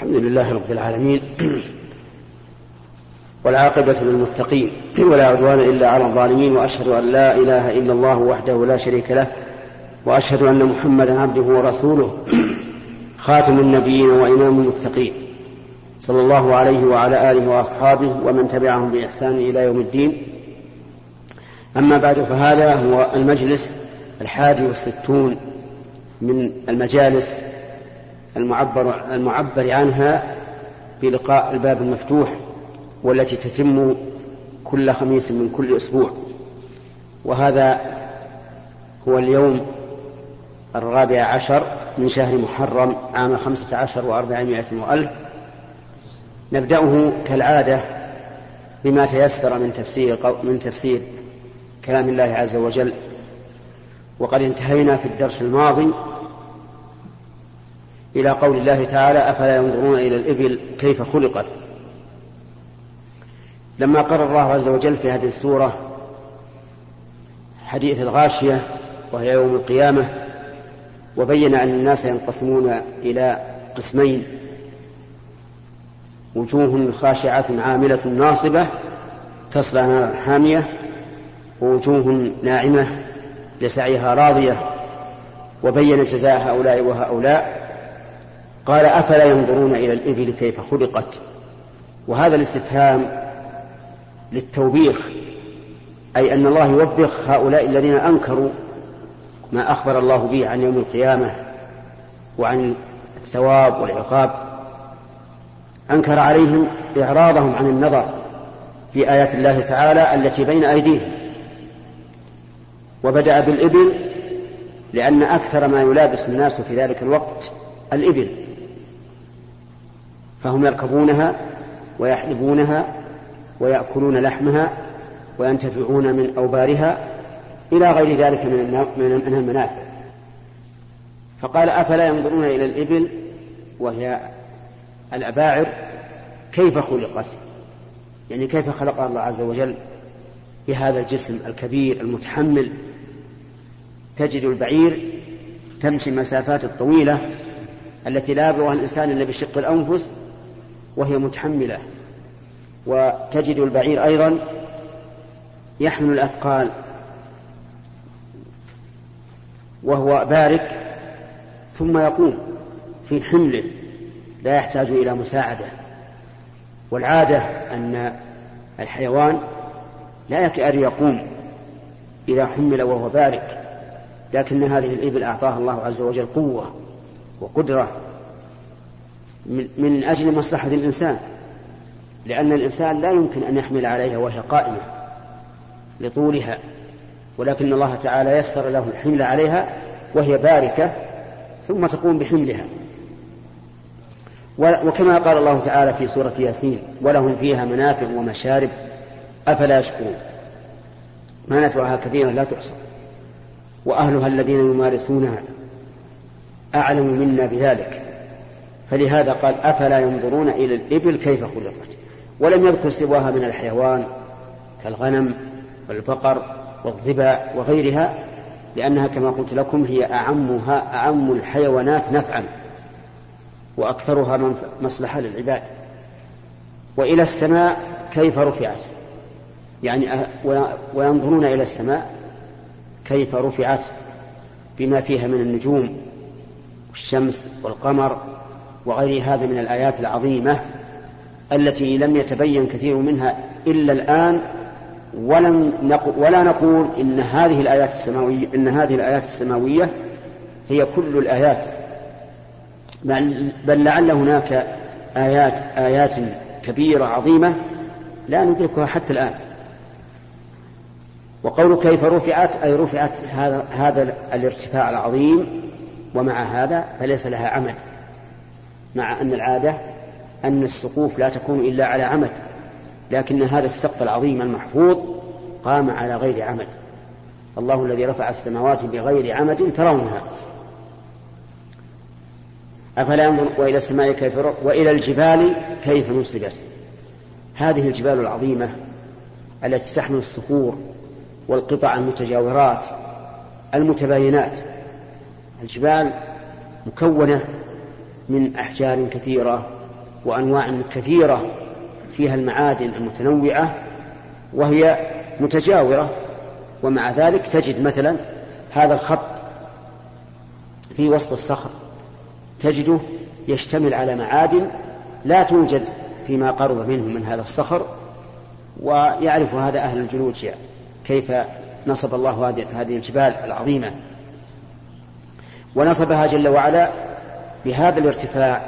الحمد لله رب العالمين والعاقبة للمتقين ولا عدوان إلا على الظالمين، وأشهد أن لا إله إلا الله وحده لا شريك له، وأشهد أن محمدا عبده ورسوله خاتم النبيين وإمام المتقين، صلى الله عليه وعلى آله وأصحابه ومن تبعهم بإحسان إلى يوم الدين. أما بعد، فهذا هو المجلس 61 من المجالس المعبر عنها بلقاء الباب المفتوح، والتي تتم كل خميس من كل أسبوع. وهذا هو اليوم 14 من شهر محرم عام 15 و400 وألف. نبدأه كالعادة بما تيسر من تفسير كلام الله عز وجل. وقد انتهينا في الدرس الماضي إلى قول الله تعالى: أفلا ينظرون إلى الإبل كيف خلقت. لما قرر الله عز وجل في هذه السورة حديث الغاشية وهي يوم القيامة، وبين أن الناس ينقسمون إلى قسمين: وجوه خاشعة عاملة ناصبة تصلى نارا حامية، ووجوه ناعمة لسعيها راضية. وبين جزاء هؤلاء وهؤلاء. قال: أفلا ينظرون إلى الإبل كيف خلقت. وهذا الاستفهام للتوبيخ، أي أن الله يوبخ هؤلاء الذين أنكروا ما أخبر الله به عن يوم القيامة وعن الثواب والعقاب. أنكر عليهم إعراضهم عن النظر في آيات الله تعالى التي بين أيديهم. وبدأ بالإبل لأن أكثر ما يلابس الناس في ذلك الوقت الإبل، فهم يركبونها ويحلبونها ويأكلون لحمها وينتفعون من أوبارها إلى غير ذلك من المنافع. فقال: أفلا ينظرون إلى الإبل وهي الأباعر كيف خلقت، يعني كيف خلقها الله عز وجل بهذا الجسم الكبير المتحمل. تجد البعير تمشي المسافات الطويلة التي لا يبلغها الإنسان إلا بشق الأنفس وهي متحملة. وتجد البعير أيضا يحمل الأثقال وهو بارك ثم يقوم في حمله، لا يحتاج إلى مساعدة. والعادة أن الحيوان لا يكاد يقوم إذا حمل وهو بارك، لكن هذه الإبل أعطاها الله عز وجل قوة وقدرة من أجل مصلحة الإنسان، لأن الإنسان لا يمكن أن يحمل عليها وهي قائمة لطولها، ولكن الله تعالى يسر له الحمل عليها وهي باركة ثم تقوم بحملها. وكما قال الله تعالى في سورة ياسين: ولهم فيها منافع ومشارب أفلا يشكرون. منافعها كثيرة لا تحصى، وأهلها الذين يمارسونها أعلم منا بذلك. فلهذا قال: أفلا ينظرون إلى الإبل كيف خلقت. ولم يذكر سواها من الحيوان كالغنم والبقر والظباء وغيرها، لأنها كما قلت لكم هي أعم الحيوانات نفعا وأكثرها مصلحة للعباد. وإلى السماء كيف رفعت، يعني وينظرون إلى السماء كيف رفعت بما فيها من النجوم والشمس والقمر وغير هذا من الآيات العظيمة التي لم يتبين كثير منها إلا الآن. ولا نقول إن هذه الآيات السماوية هي كل الآيات، بل لعل هناك آيات كبيرة عظيمة لا ندركها حتى الآن. وقول كيف رفعت أي رفعت هذا الارتفاع العظيم، ومع هذا فليس لها عمد، مع أن العادة أن السقوف لا تكون إلا على عمد، لكن هذا السقف العظيم المحفوظ قام على غير عمد. الله الذي رفع السماوات بغير عمد ترونها. أفلا ينظر وإلى السماء كيف وإلى الجبال كيف نصبت. هذه الجبال العظيمة التي تحمل الصخور والقطع المتجاورات المتباينات. الجبال مكونة من أحجار كثيرة وأنواع كثيرة فيها المعادن المتنوعة وهي متجاورة، ومع ذلك تجد مثلا هذا الخط في وسط الصخر تجده يشتمل على معادن لا توجد فيما قرب منه من هذا الصخر، ويعرف هذا أهل الجيولوجيا كيف نصب الله هذه الجبال العظيمة، ونصبها جل وعلا بهذا الارتفاع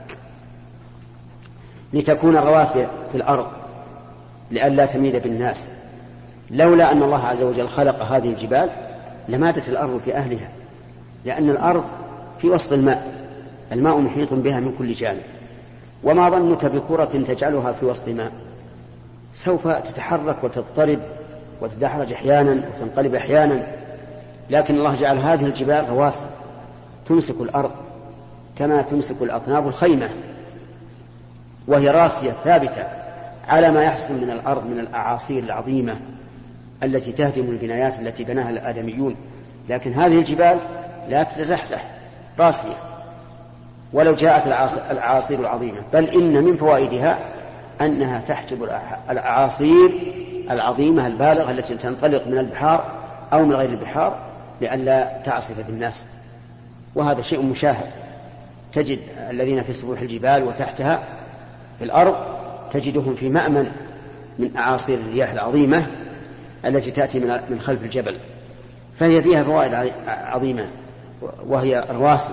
لتكون رواسي في الأرض لئلا تميد بالناس. لولا أن الله عز وجل خلق هذه الجبال لمادت الأرض في أهلها، لأن الأرض في وسط الماء محيط بها من كل جانب. وما ظنك بكرة تجعلها في وسط ماء؟ سوف تتحرك وتضطرب وتدحرج أحيانا وتنقلب أحيانا، لكن الله جعل هذه الجبال رواسي تمسك الأرض كما تمسك الأطناب الخيمة، وهي راسية ثابتة على ما يحصل من الأرض من الأعاصير العظيمة التي تهدم البنايات التي بناها الآدميون. لكن هذه الجبال لا تتزحزح، راسية ولو جاءت الأعاصير العظيمة، بل إن من فوائدها أنها تحجب الأعاصير العظيمة البالغة التي تنطلق من البحار أو من غير البحار لئلا تعصف بالناس. وهذا شيء مشاهد، تجد الذين في سفوح الجبال وتحتها في الأرض تجدهم في مأمن من أعاصير الرياح العظيمة التي تأتي من خلف الجبل، فهي فيها فوائد عظيمة وهي رواسي.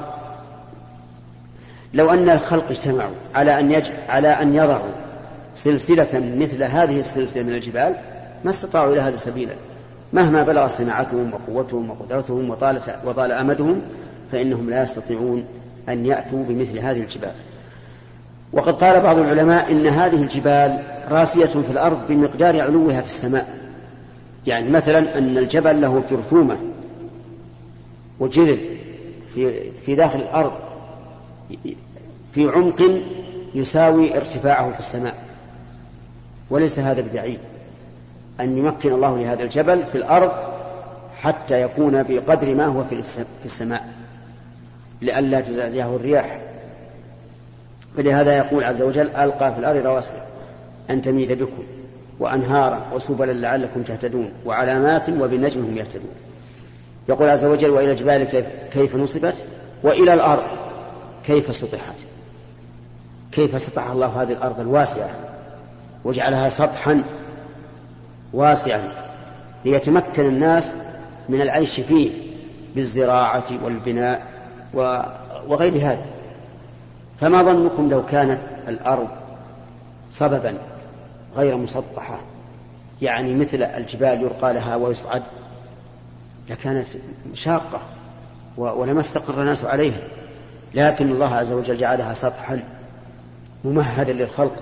لو أن الخلق اجتمعوا على أن يضعوا سلسلة مثل هذه السلسلة من الجبال ما استطاعوا إلى هذا سبيلا، مهما بلغ صناعتهم وقوتهم وقدرتهم وطال أمدهم فإنهم لا يستطيعون أن يأتوا بمثل هذه الجبال. وقد قال بعض العلماء إن هذه الجبال راسية في الأرض بمقدار علوها في السماء، يعني مثلا أن الجبل له جرثومة وجذل في داخل الأرض في عمق يساوي ارتفاعه في السماء، وليس هذا ببعيد أن يمكن الله لهذا الجبل في الأرض حتى يكون بقدر ما هو في السماء لئلا تزعزعه الرياح. فلهذا يقول عز وجل ألقى في الأرض رواسي أن تميد بكم وأنهارا وسبلا لعلكم تهتدون وعلامات وبالنجم هم يهتدون. يقول عز وجل وإلى الجبال كيف نصبت وإلى الأرض كيف سطحت. كيف سطح الله هذه الأرض الواسعة وجعلها سطحا واسعا ليتمكن الناس من العيش فيه بالزراعة والبناء وغير هذا. فما ظنكم لو كانت الأرض صببا غير مسطحة، يعني مثل الجبال يرقى لها ويصعد، لكانت شاقة ولما استقر الناس عليها، لكن الله عز وجل جعلها سطحا ممهدا للخلق.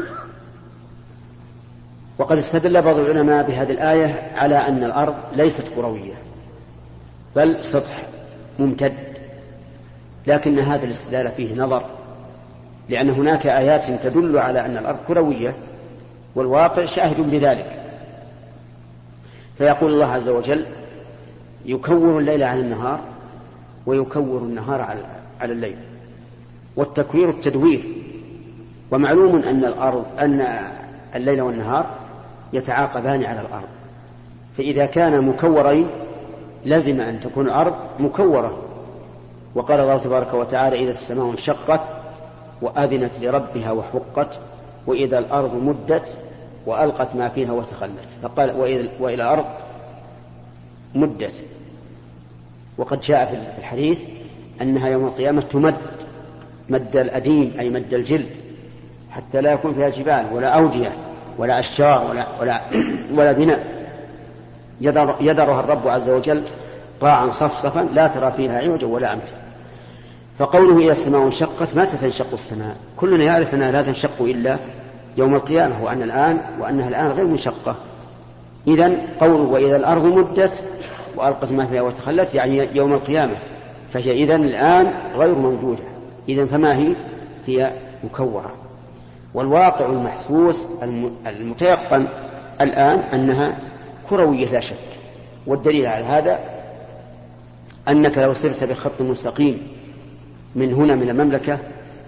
وقد استدل بعض العلماء بهذه الآية على أن الأرض ليست كروية بل سطح ممتد، لكن هذا الاستدلال فيه نظر، لأن هناك آيات تدل على أن الأرض كروية والواقع شاهد بذلك. فيقول الله عز وجل يكور الليل على النهار ويكور النهار على الليل، والتكوير التدوير. ومعلوم أن الليل والنهار يتعاقبان على الأرض، فإذا كان مكورين لازم أن تكون الأرض مكورة. وقال الله تبارك وتعالى إذا السماء انشقت وأذنت لربها وحقت وإذا الأرض مدت وألقت ما فيها وتخلت، فقال وإلى الأرض مدت. وقد جاء في الحديث أنها يوم القيامة تمد مد الأديم أي مد الجلد حتى لا يكون فيها جبال ولا أودية ولا أشجار ولا بناء، يذرها الرب عز وجل قاعا صفصفا لا ترى فيها عوجا ولا أمتا. فقوله إذا السماء انشقت متى تنشق السماء؟ كلنا يعرف أنها لا تنشق إلا يوم القيامة وأنها الآن غير منشقة. إذن قوله وإذا الأرض مدت وألقت ما فيها وتخلت يعني يوم القيامة، فهي إذن الآن غير موجودة. إذن فما هي مكورة. والواقع المحسوس المتيقن الآن أنها كروية لا شك. والدليل على هذا أنك لو سرت بخط مستقيم من هنا من المملكة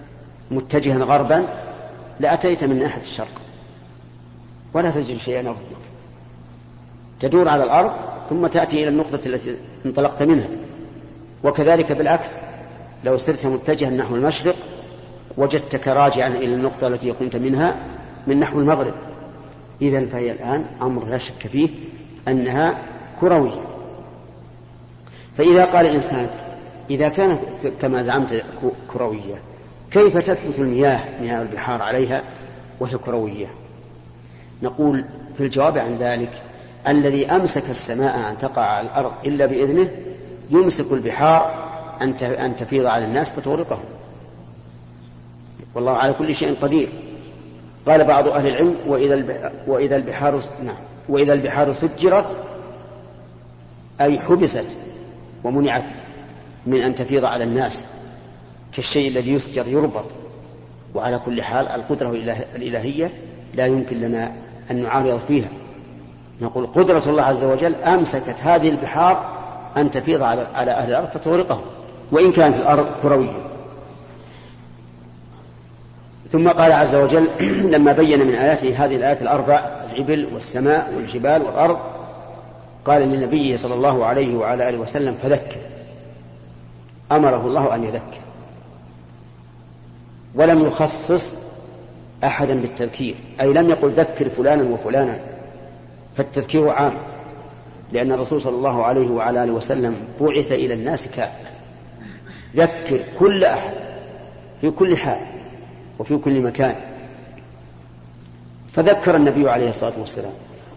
متجها غربا لأتيت من ناحية الشرق ولا تجد شيئا أرضك، تدور على الأرض ثم تأتي إلى النقطة التي انطلقت منها. وكذلك بالعكس، لو سرت متجها نحو المشرق وجدتك راجعا إلى النقطة التي قمت منها من نحو المغرب. إذن فهي الآن أمر لا شك فيه أنها كروية. فإذا قال الإنسان إذا كانت كما زعمت كروية كيف تثبت مياه البحار عليها وهي كروية؟ نقول في الجواب عن ذلك الذي أمسك السماء أن تقع على الأرض إلا بإذنه يمسك البحار أن تفيض على الناس فتغرقهم، والله على كل شيء قدير. قال بعض أهل العلم وإذا البحار سجرت أي حبست ومنعت من أن تفيض على الناس كالشيء الذي يسجر يربط. وعلى كل حال القدرة الإلهية لا يمكن لنا أن نعارض فيها. نقول قدرة الله عز وجل أمسكت هذه البحار أن تفيض على أهل الأرض فتغرقهم وإن كانت الأرض كروية. ثم قال عز وجل لما بين من آياته هذه الآيات الأربع الإبل والسماء والجبال والأرض قال للنبي صلى الله عليه وعلى آله وسلم فذكر، أمره الله أن يذكر ولم يخصص أحدا بالتذكير، أي لم يقل ذكر فلانا وفلانا، فالتذكير عام، لأن الرسول صلى الله عليه وعلى آله وسلم بعث إلى الناس كافة. ذكر كل أحد في كل حال وفي كل مكان. فذكر النبي عليه الصلاة والسلام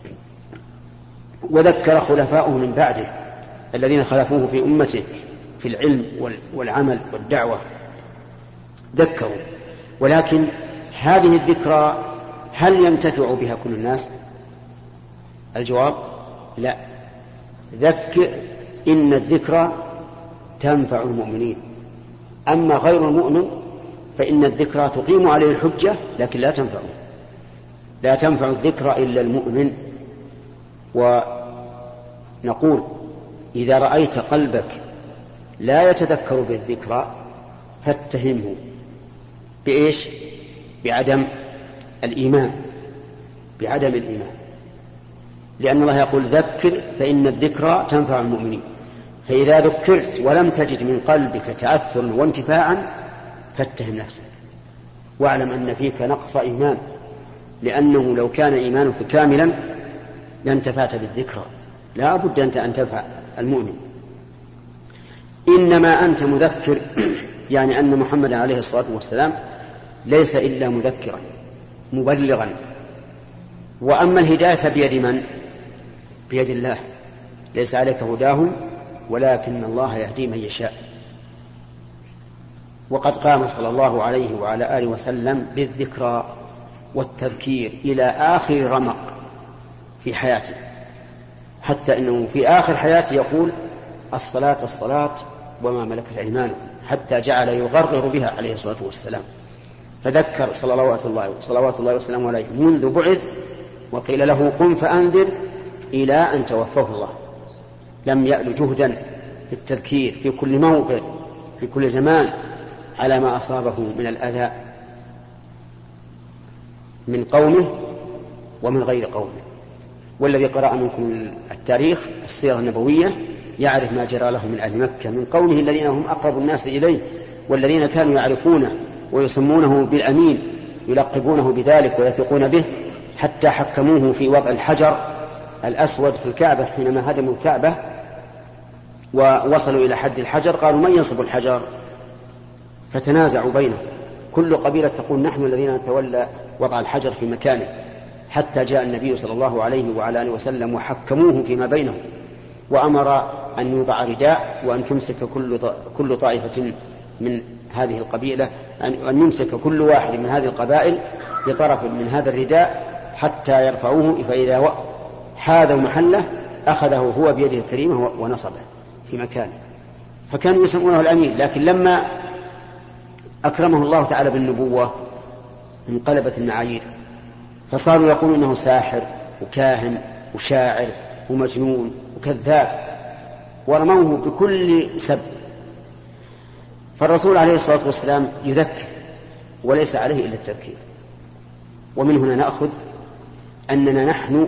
وذكر خلفاؤه من بعده الذين خلفوه في أمته في العلم والعمل والدعوة ذكروا. ولكن هذه الذكرى هل ينتفع بها كل الناس؟ الجواب لا. ذكر إن الذكرى تنفع المؤمنين، أما غير المؤمن فإن الذكرى تقيم عليه الحجة لكن لا تنفع الذكرى إلا المؤمن. ونقول إذا رأيت قلبك لا يتذكر بالذكرى فاتهمه بإيش؟ بعدم الإيمان، لأن الله يقول ذكر فإن الذكرى تنفع المؤمنين. فإذا ذكرت ولم تجد من قلبك تأثر وانتفاعا فاتهم نفسك واعلم أن فيك نقص إيمان، لأنه لو كان إيمانك كاملا لانتفعت بالذكرى. لا بد أن تنفع المؤمن. إنما أنت مذكر، يعني أن محمد عليه الصلاة والسلام ليس إلا مذكرا مبلغا. وأما الهداية بيد من؟ بيد الله، ليس عليك هداهم ولكن الله يهدي من يشاء. وقد قام صلى الله عليه وعلى آله وسلم بالذكرى والتذكير إلى آخر رمق في حياته، حتى إنه في آخر حياته يقول الصلاة وما ملكت أيمانكم، حتى جعل يغرر بها عليه الصلاة والسلام. فذكر صلوات الله وسلامه عليه منذ بعث وقيل له قم فأنذر إلى أن توفاه الله. لم يأل جهدا في التذكير في كل موقع في كل زمان على ما أصابه من الأذى من قومه ومن غير قومه. والذي قرأ منكم التاريخ السيرة النبوية يعرف ما جرى له من أهل مكة من قومه الذين هم أقرب الناس إليه والذين كانوا يعرفونه ويسمونه بالأمين، يلقبونه بذلك ويثقون به، حتى حكموه في وضع الحجر الأسود في الكعبة حينما هدموا الكعبة ووصلوا إلى حد الحجر قالوا من ينصب الحجر؟ فتنازعوا بينهم، كل قبيلة تقول نحن الذين نتولى وضع الحجر في مكانه، حتى جاء النبي صلى الله عليه وعلى آله وسلم وحكموه فيما بينهم، وأمر أن يوضع رداء وأن تمسك كل طائفة من هذه القبيلة أن يمسك كل واحد من هذه القبائل بطرف من هذا الرداء حتى يرفعوه، فإذا حاذوا محله أخذه هو بيده الكريمة ونصبه في مكانه. فكانوا يسمونه الأمين. لكن لما أكرمه الله تعالى بالنبوة انقلبت المعايير، فصاروا يقولون إنه ساحر وكاهن وشاعر ومجنون وكذاب، ورموه بكل سب. فالرسول عليه الصلاة والسلام يذكر وليس عليه إلا التذكير. ومن هنا نأخذ أننا نحن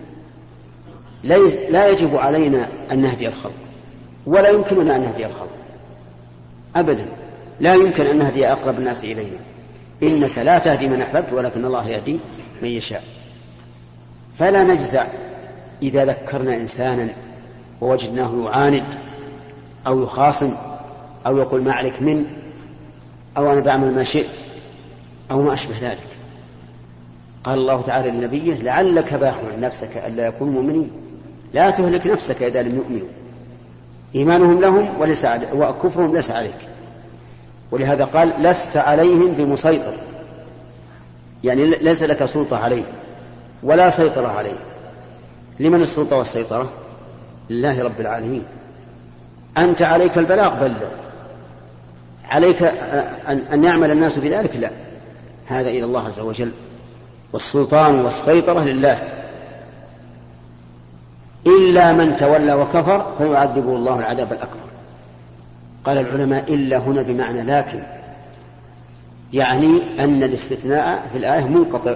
لا يجب علينا أن نهدي الخلق، ولا يمكننا أن نهدي الخلق أبدا، لا يمكن أن نهدي أقرب الناس إلينا. إنك لا تهدي من أحببت ولكن الله يهدي من يشاء. فلا نجزع إذا ذكرنا إنسانا ووجدناه يعاند أو يخاصم أو يقول ما عليك من، أو أنا بعمل ما شئت، أو ما أشبه ذلك. قال الله تعالى لنبيه لعلك باخع نفسك ألا يكونوا مؤمنين. لا تهلك نفسك إذا لم يؤمنوا، إيمانهم لهم وكفرهم ليس عليك. ولهذا قال لست عليهم بمسيطر، يعني ليس لك سلطة عليه ولا سيطرة عليه. لمن السلطة والسيطرة؟ لله رب العالمين. أنت عليك البلاغ بلغ، عليك أن يعمل الناس بذلك لا، هذا إلى الله عز وجل، والسلطان والسيطرة لله. إلا من تولى وكفر فيعذبه الله العذاب الأكبر. قال العلماء إلا هنا بمعنى لكن، يعني أن الاستثناء في الآية منقطع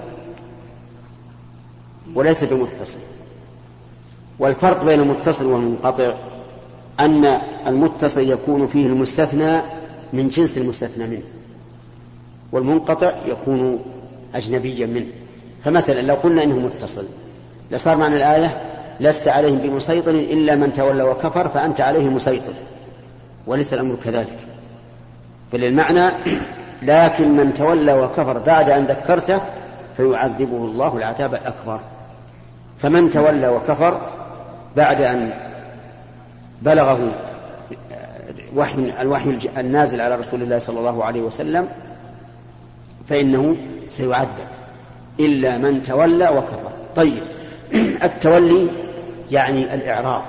وليس بمتصل. والفرق بين المتصل والمنقطع أن المتصل يكون فيه المستثنى من جنس المستثنى منه، والمنقطع يكون أجنبيا منه. فمثلا لو قلنا إنه متصل لصار معنى الآية لست عليهم بمسيطر إلا من تولى وكفر فأنت عليه مسيطر، وليس الأمر كذلك. بل المعنى لكن من تولى وكفر بعد أن ذكرته فيعذبه الله العذاب الأكبر. فمن تولى وكفر بعد أن بلغه الوحي النازل على رسول الله صلى الله عليه وسلم فإنه سيعذب إلا من تولى وكفر. طيب، التولي يعني الإعراض،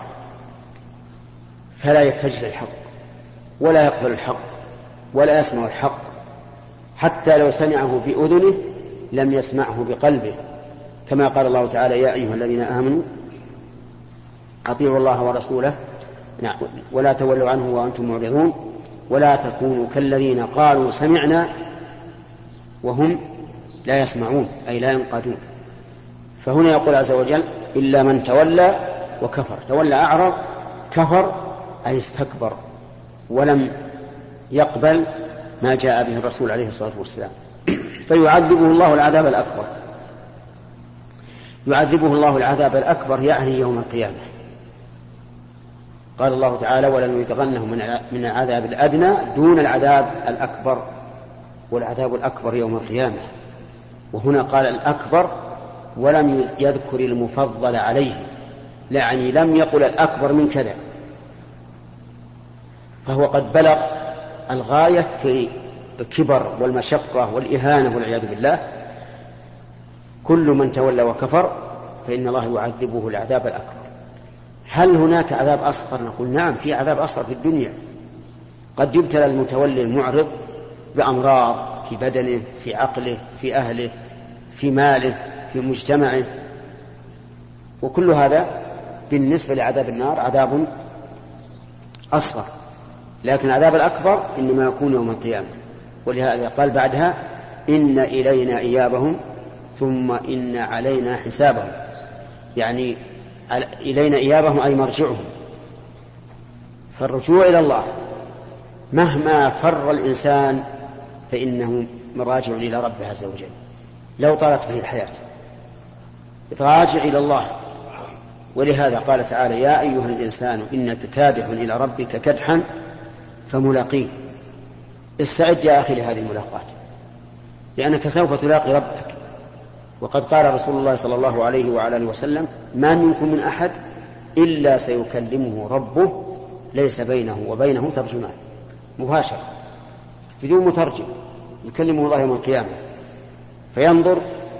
فلا يتجه الحق ولا يقبل الحق ولا يسمع الحق، حتى لو سمعه بأذنه لم يسمعه بقلبه، كما قال الله تعالى يا أيها الذين آمنوا أطيعوا الله ورسوله ولا تولوا عنه وأنتم معرضون ولا تكونوا كالذين قالوا سمعنا وهم لا يسمعون، أي لا ينقادون. فهنا يقول عز وجل إلا من تولى وكفر. تولى أعرض، كفر أي استكبر ولم يقبل ما جاء به الرسول عليه الصلاة والسلام، فيعذبه الله العذاب الأكبر. يعذبه الله العذاب الأكبر يعني يوم القيامة. قال الله تعالى ولنذيقنهم من العذاب الأدنى دون العذاب الأكبر، والعذاب الأكبر يوم القيامة. وهنا قال الأكبر ولم يذكر المفضل عليه، يعني لم يقل الأكبر من كذا، فهو قد بلغ الغاية في الكبر والمشقة والإهانة والعياذ بالله. كل من تولى وكفر فإن الله يعذبه العذاب الأكبر. هل هناك عذاب أصغر؟ نقول نعم، في عذاب أصغر في الدنيا. قد يبتلى المتولي المعرض بأمراض في بدنه، في عقله، في أهله، في ماله، في مجتمعه، وكل هذا بالنسبة لعذاب النار عذاب أصغر. لكن العذاب الأكبر إنما يكون يوم القيامة. ولهذا قال بعدها إن إلينا إيابهم ثم إن علينا حسابهم، يعني إلينا إيابهم أي مرجعهم. فالرجوع إلى الله مهما فر الإنسان فإنه راجع إلى ربه عز وجل، لو طالت به الحياة راجع إلى الله. ولهذا قال تعالى يا أيها الإنسان إنك كادح إلى ربك كدحا فملاقيه. استعد يا أخي لهذه الملاقاة، لأنك سوف تلاقي ربك. وقد قال رسول الله صلى الله عليه وعلى آله وسلم ما منكم من أحد إلا سيكلمه ربه ليس بينه وبينه ترجمان، مباشر بدون مترجم، يكلمه الله يوم القيامة فينظر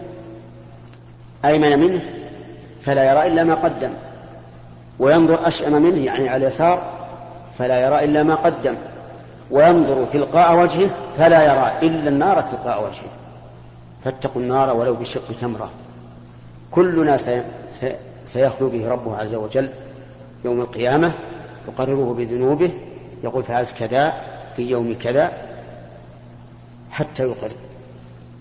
أيمن منه فلا يرى إلا ما قدم، وينظر أشأم منه يعني على اليسار فلا يرى إلا ما قدم، وينظر تلقاء وجهه فلا يرى إلا النار تلقاء وجهه. فاتقوا النار ولو بشق تمرة. كلنا سيخلو به ربه عز وجل يوم القيامة، يقرره بذنوبه، يقول فعلت كذا في يوم كذا حتى يقر.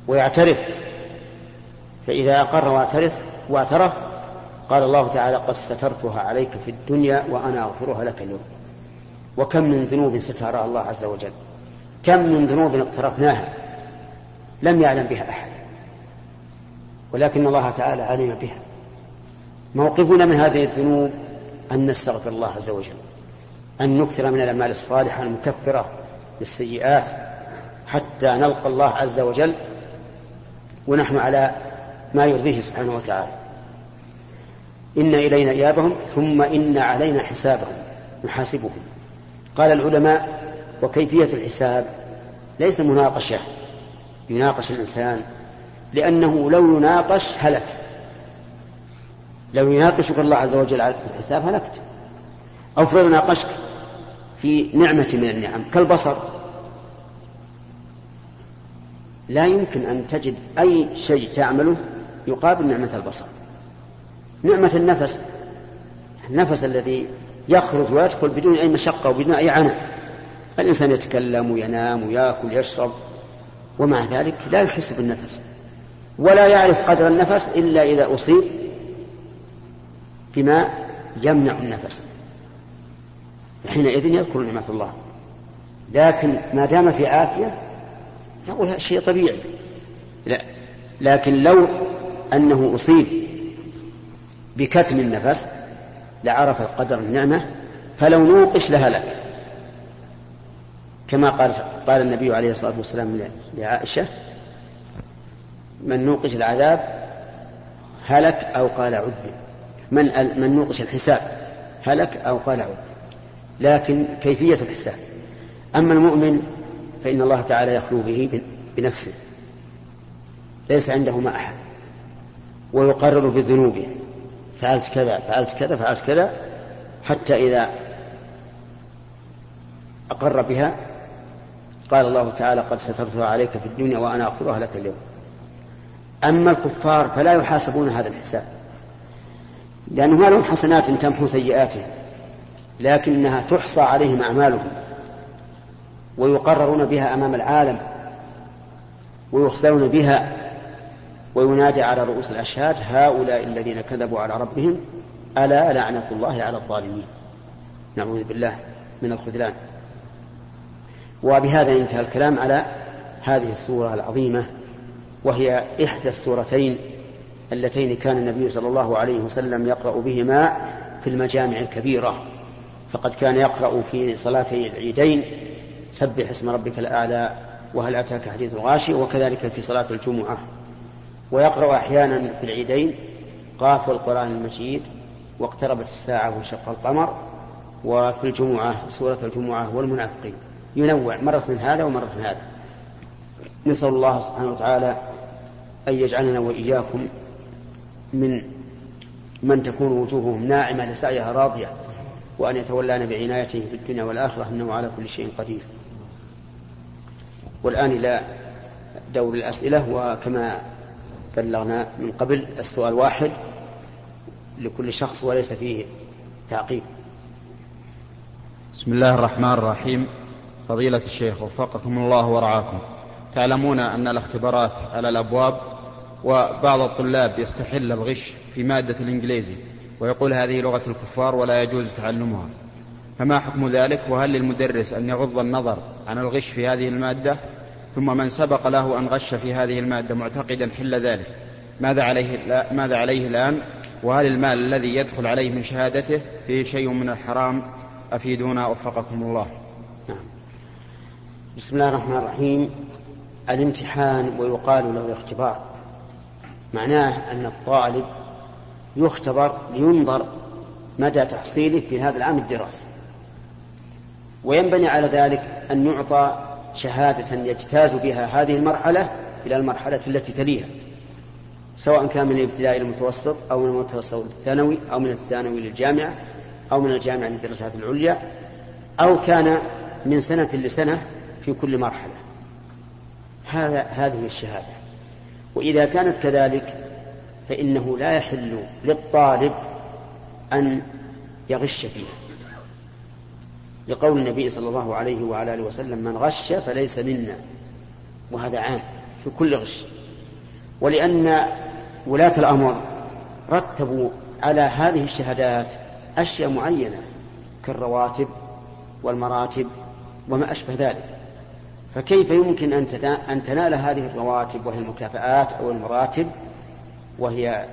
ويعترف، فإذا أقر واعترف قال الله تعالى قد سترتها عليك في الدنيا وأنا أغفرها لك اليوم. وكم من ذنوب سترها الله عز وجل، كم من ذنوب اقترفناها لم يعلم بها أحد، ولكن الله تعالى علم بها. موقفنا من هذه الذنوب أن نستغفر الله عز وجل، أن نكثر من الأعمال الصالحة المكفرة للسيئات حتى نلقى الله عز وجل ونحن على ما يرضيه سبحانه وتعالى. إن إلينا إيابهم ثم إن علينا حسابهم نحاسبهم. قال العلماء وكيفية الحساب ليس مناقشة يناقش الإنسان، لأنه لو يناقش هلك. لو يناقشك الله عز وجل على الحساب هلكت. أو فرض ناقشك في نعمة من النعم كالبصر، لا يمكن أن تجد أي شيء تعمله يقابل نعمة البصر. نعمة النفس الذي يخرج ويدخل بدون أي مشقة وبدون أي عناء. الإنسان يتكلم وينام ويأكل ويشرب، ومع ذلك لا يحس بالنفس ولا يعرف قدر النفس إلا إذا أصيب بما يمنع النفس، حينئذ يذكر نعمة الله. لكن ما دام في عافية يقول هذا شيء طبيعي. لا، لكن لو أنه أصيب بكتم النفس لعرف القدر النعمة، فلو نوقش لهلك، كما قال النبي عليه الصلاة والسلام لعائشة من نوقش العذاب هلك أو قال عذب، من نوقش الحساب هلك أو قال عذب. لكن كيفية الحساب. أما المؤمن فإن الله تعالى يخلو به بنفسه، ليس عنده ما أحد، ويقرر بذنوبه، فعلت كذا فعلت كذا فعلت كذا، حتى إذا أقر بها قال الله تعالى قد سترتها عليك في الدنيا وأنا أغفرها لك اليوم. أما الكفار فلا يحاسبون هذا الحساب، لأنه ما لهم حسنات تمحو سيئاتهم، لكنها تحصى عليهم أعمالهم ويقررون بها أمام العالم ويخسرون بها، وينادى على رؤوس الأشهاد هؤلاء الذين كذبوا على ربهم ألا لعنة الله على الظالمين. نعوذ بالله من الخذلان. وبهذا انتهى الكلام على هذه السورة العظيمة، وهي إحدى السورتين اللتين كان النبي صلى الله عليه وسلم يقرأ بهما في المجامع الكبيرة، فقد كان يقرأ في صلاتي العيدين سبح اسم ربك الأعلى وهل أتاك حديث الغاشي، وكذلك في صلاة الجمعة، ويقرأ أحيانا في العيدين قاف والقرآن المجيد واقتربت الساعة وانشق القمر، وفي الجمعة سورة الجمعة والمنافقين، ينوع مرة من هذا ومرة من هذا. نسأل الله سبحانه وتعالى أن يجعلنا وإياكم من تكون وجوههم ناعمة لسعيها راضية، وأن يتولانا بعنايته في الدنيا والآخرة إنه على كل شيء قدير. والآن إلى دور الأسئلة، وكما بلغنا من قبل السؤال واحد لكل شخص وليس فيه تعقيب. بسم الله الرحمن الرحيم. فضيلة الشيخ وفقكم الله ورعاكم، تعلمون أن الاختبارات على الأبواب، وبعض الطلاب يستحل الغش في مادة الإنجليزي ويقول هذه لغة الكفار ولا يجوز تعلمها، فما حكم ذلك؟ وهل للمدرس أن يغض النظر عن الغش في هذه المادة؟ ثم من سبق له أن غش في هذه المادة معتقدا حل ذلك ماذا عليه الآن؟ وهل المال الذي يدخل عليه من شهادته فيه شيء من الحرام؟ أفيدونا وفقكم الله. بسم الله الرحمن الرحيم. الامتحان ويقال له الاختبار، معناه أن الطالب يختبر لينظر مدى تحصيله في هذا العام الدراسي، وينبني على ذلك أن يعطى شهادة يجتاز بها هذه المرحلة إلى المرحلة التي تليها، سواء كان من الابتدائي المتوسط أو من المتوسط للثانوي أو من الثانوي للجامعة أو من الجامعة للدراسات العليا، أو كان من سنة لسنة في كل مرحلة. هذه الشهادة. وإذا كانت كذلك فإنه لا يحل للطالب أن يغش فيها، لقول النبي صلى الله عليه وعلى آله وسلم من غش فليس منا، وهذا عام. في كل غش. ولأن ولاة الأمر رتبوا على هذه الشهادات أشياء معينة كالرواتب والمراتب وما أشبه ذلك، فكيف يمكن أن تنال هذه الرواتب وهي المكافآت أو المراتب وهي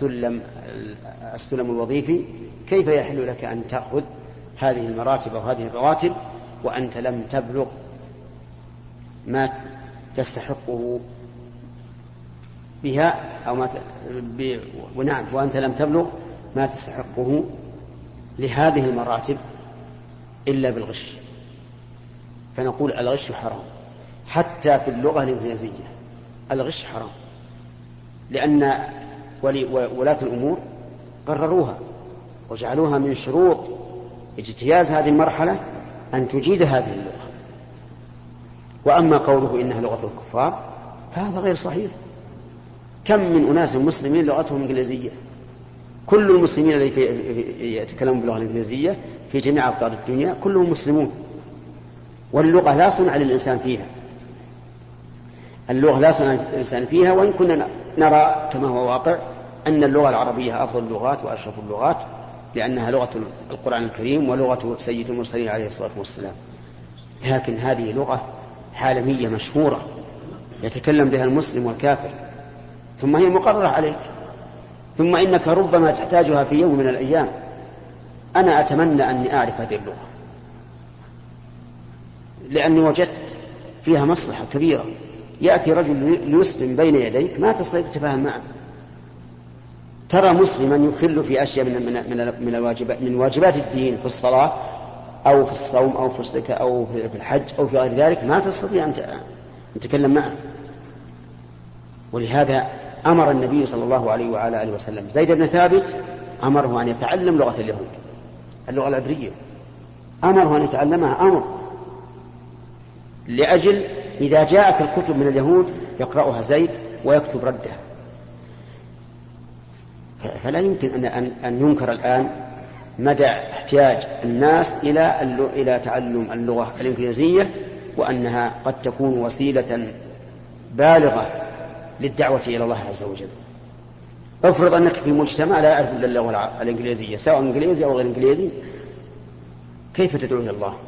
السلم الوظيفي، كيف يحل لك أن تأخذ هذه المراتب أو هذه الرواتب وأنت لم تبلغ ما تستحقه بها أو ونعم وأنت لم تبلغ ما تستحقه لهذه المراتب إلا بالغش. فنقول الغش حرام حتى في اللغة الإنجليزية، الغش حرام، لأن ولاة الأمور قرروها وجعلوها من شروط اجتياز هذه المرحلة أن تجيد هذه اللغة. وأما قوله إنها لغة الكفار فهذا غير صحيح. كم من أناس مسلمين لغتهم إنجليزية، كل المسلمين الذين يتكلمون باللغة الإنجليزية في جميع أقطار الدنيا كلهم مسلمون، واللغة لا صنع للإنسان فيها، اللغة لا صنع للإنسان فيها. وإن كنا نرى كما هو واقع أن اللغة العربية أفضل اللغات وأشرف اللغات لأنها لغة القرآن الكريم ولغة سيد المرسلين عليه الصلاة والسلام، لكن هذه لغة عالمية مشهورة يتكلم بها المسلم والكافر، ثم هي مقررة عليك، ثم إنك ربما تحتاجها في يوم من الأيام. أنا أتمنى أني أعرف هذه اللغة لأني وجدت فيها مصلحة كبيرة. يأتي رجل ليسلم بين يديك ما تستطيع تتفاهم معه، ترى مسلما يخل في أشياء من واجبات الدين في الصلاة أو في الصوم أو في الزكاة أو في الحج أو في غير ذلك ما تستطيع أن تتكلم معه. ولهذا أمر النبي صلى الله عليه وعلى آله وسلم زيد بن ثابت، أمره أن يتعلم لغة اليهود، اللغة العبرية، أمره أن يتعلمها أمر لأجل إذا جاءت الكتب من اليهود يقرأها زيد ويكتب ردها. فلا يمكن أن ينكر الآن مدى احتياج الناس إلى تعلم اللغة الإنجليزية، وأنها قد تكون وسيلة بالغة للدعوة إلى الله عز وجل. افرض أنك في مجتمع لا يعرف إلا اللغة الإنجليزية سواء إنجليزي أو غير إنجليزي، كيف تدعو إلى الله؟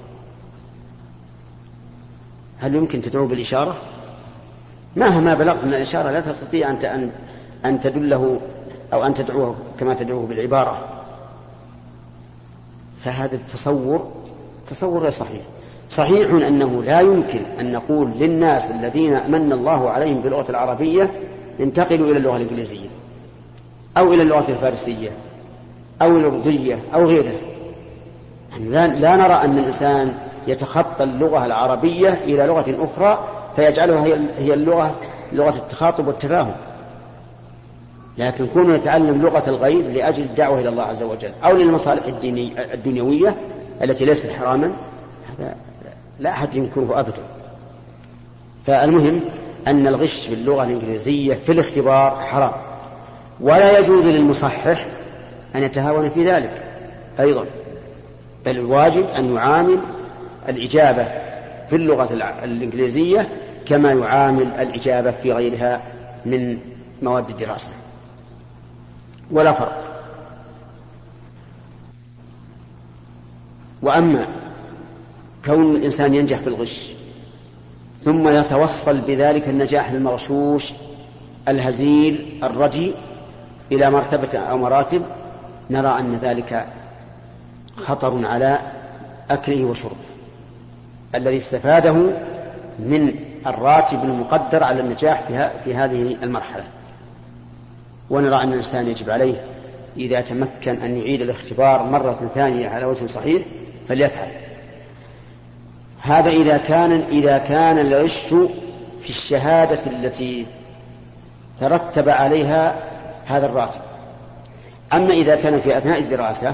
هل يمكن تدعو بالإشارة؟ مهما بلغت من الإشارة لا تستطيع أن تدله أو أن تدعوه كما تدعوه بالعبارة. فهذا التصور غير صحيح. صحيح أنه لا يمكن أن نقول للناس الذين من الله عليهم باللغة العربية انتقلوا إلى اللغة الإنجليزية أو إلى اللغة الفارسية أو الأردية أو غيرها. لا نرى أن الإنسان يتخطى اللغة العربية إلى لغة أخرى فيجعلها هي لغة التخاطب والتفاهم، لكن كونه يتعلم لغة الغير لأجل الدعوة إلى الله عز وجل أو للمصالح الدنيوية التي ليست حراما، هذا لا أحد ينكره أبدا. فالمهم أن الغش في اللغة الإنجليزية في الاختبار حرام، ولا يجوز للمصحح أن يتهاون في ذلك أيضا، بل الواجب أن يعامل الإجابة في اللغة الإنجليزية كما يعامل الإجابة في غيرها من مواد الدراسة، ولا فرق. وأما كون الإنسان ينجح في الغش ثم يتوصل بذلك النجاح المغشوش الهزيل الردي إلى مرتبة أو مراتب، نرى أن ذلك خطر على أكله وشربه الذي استفاده من الراتب المقدر على النجاح في هذه المرحلة. ونرى أن الإنسان يجب عليه إذا تمكن أن يعيد الاختبار مرة ثانية على وجه صحيح فليفعل هذا إذا كان الغش في الشهادة التي ترتب عليها هذا الراتب. أما إذا كان في أثناء الدراسة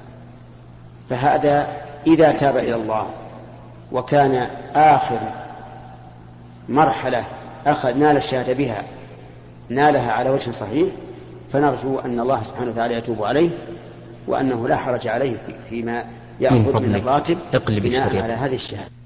فهذا إذا تاب إلى الله وكان آخر مرحلة نال الشهادة بها نالها على وجه صحيح، فنرجو أن الله سبحانه وتعالى يتوب عليه وأنه لا حرج عليه فيما يأخذ من الراتب بناء على هذه الشهادة.